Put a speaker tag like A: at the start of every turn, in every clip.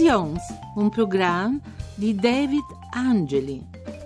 A: Visions, un programma di David Angeli.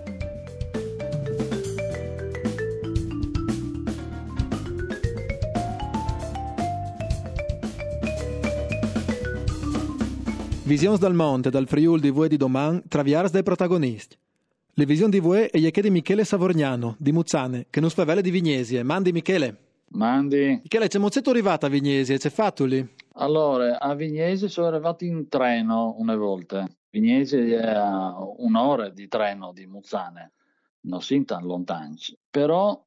B: Visions dal Monte, dal Friul di Vue di Doman, traviars dai protagonisti. Le visioni di Vue e di Michele Savorgnano, di Muzzane, che non sfavele di Vignesie. Mandi Michele.
C: Mandi.
B: Michele, c'è mozzetto arrivato a Vignesie, c'è fatto lì?
C: Allora, a Vignesi sono arrivato in treno una volta. Vignesi è a un'ora di treno di Muzzane, non si tan lontano, però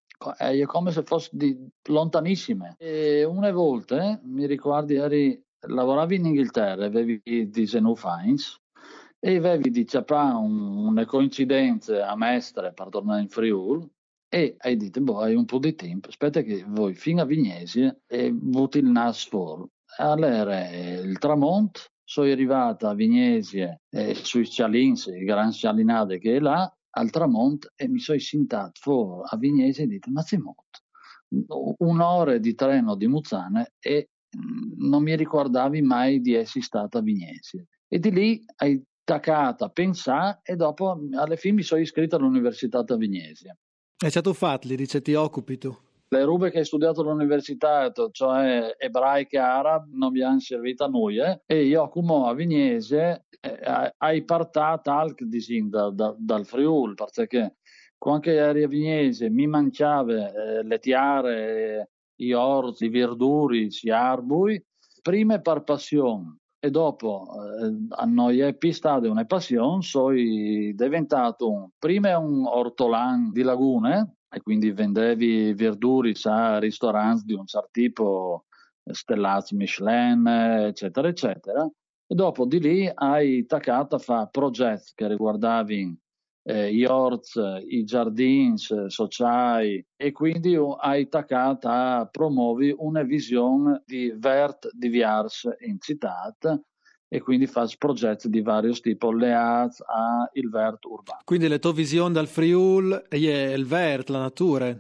C: è come se fosse lontanissime. E una volta, mi ricordi, lavoravi in Inghilterra, avevi 19 anni e avevi di ciapà una coincidenza a Mestre per tornare in Friuli. E hai detto, hai un po' di tempo, aspetta che voi fino a Vignesi e butti il nas fuori. Allora, il tramonto, sono arrivata a Vignesi sui Cialins, i grandi Cialinade che è là, al tramonto, e mi sono sentato fuori a Vignesi e ho detto, ma c'è molto. Un'ora di treno di Muzzane e non mi ricordavi mai di essere stata a Vignesi. E di lì hai taccato a pensare e dopo alla fine mi sono iscritto all'Università a Vignesi.
B: E c'è tu fatto, dice ti occupi tu.
C: Le robe che hai studiato all'università, cioè ebraiche e arabe, non vi hanno servito a noi. E io come a Vignese hai partato anche dal Friuli, perché quando eri a Vignese mi mangiava le tiare, gli orzi, i verduri, gli arbui, prima per passione. E dopo a noi è stata una passione, sono diventato prima un ortolan di lagune e quindi vendevi verduri a ristoranti di un certo tipo, stellati Michelin, eccetera, eccetera. E dopo di lì hai taccato a fare progetti che riguardavano gli orti, i giardini sociali e quindi hai taccato a promuovere una visione di vert diversa in città e quindi fai progetti di vario tipo leati al vert urbano.
B: Quindi le tue visioni dal Friul è il vert, la natura?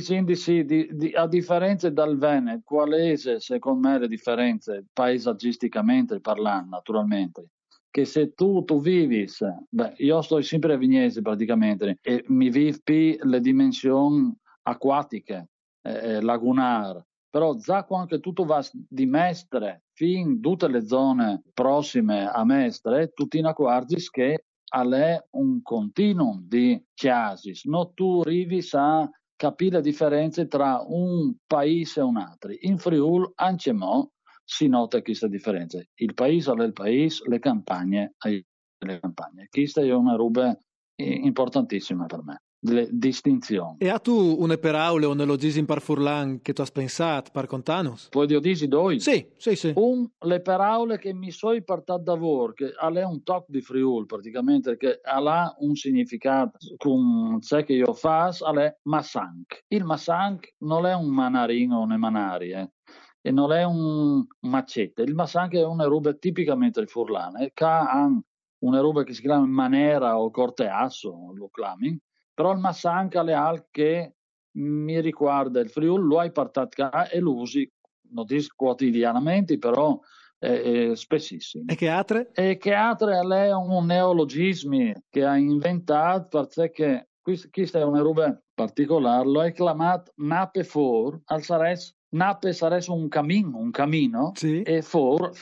C: Sì, a differenza dal Veneto, quali sono secondo me le differenze paesaggisticamente parlando naturalmente? Che se tu vivi, io sto sempre a Vignesi praticamente e mi vivi le dimensioni acquatiche, lagunari, però già quando tu vai di Mestre fin tutte le zone prossime a Mestre, tu ti accorgi che è un continuum di chiasis, no? Tu arrivi a capire le differenze tra un paese e un altro. In Friuli, anche mo, si nota questa differenza. Il paese è il paese, le campagne sono le campagne. Questa è una roba importantissima per me, le distinzioni.
B: E ha tu une paraule o neologismi par furlan che tu hai pensato, par contanus?
C: Puoi dire due?
B: Sì.
C: Le parole che mi sono portate da voi, che ha un tocco di Friuli praticamente, che ha un significato, con ciò che io faccio, è massanc. Il massanc non è un manarino o un manari, e non è un macete. Il massanc è una roba tipicamente furlana, che ha una roba che si chiama manera o corteasso, lo chiami, però il massanc è altro che mi riguarda il Friuli, lo hai portato qua e lo usi non dico quotidianamente, però spessissimo.
B: E che altre?
C: E che altre è un neologismo che ha inventato perché questa è una roba particolare, lo hai chiamato nape for, nape sarebbe un cammino,
B: sì.
C: E for,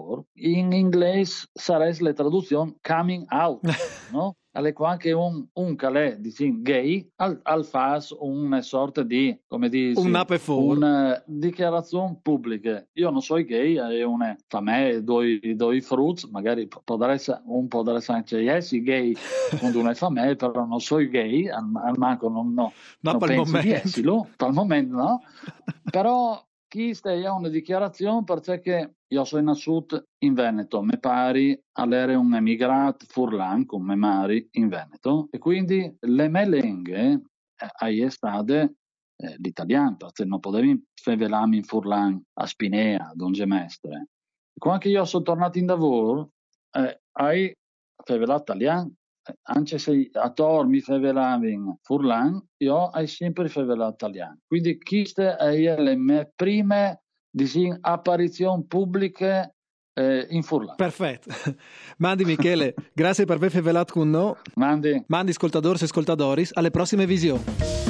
C: in inglese sarebbe la traduzione coming out, no? Alle anche un calè diciamo gay al fas una sorta di come dici
B: un nape for,
C: una dichiarazione pubblica. Io non sono gay, è una fa me doi fruits, magari può essere anche essere gay quando uno è fa me, però non sono gay, al manco non penso di esserlo, per il momento no. Però questa è una dichiarazione perché io sono nato in Veneto, me pari all'ere un emigrato furlan come mari in Veneto e quindi le mie lingue è state l'italiano, perché non potevi svelarmi in furlan a Spinea, a Don Gemestre. Quando io sono tornato in lavoro, hai svelato italiano. Anche se a Tor mi svelavi in furlan, io ho sempre svelato italiano. Quindi queste sono le mie prime apparizioni pubbliche in Furlan.
B: Perfetto. Mandi Michele, grazie per aver velat con noi.
C: Mandi.
B: Mandi ascoltadores e ascoltadoris, alle prossime visioni.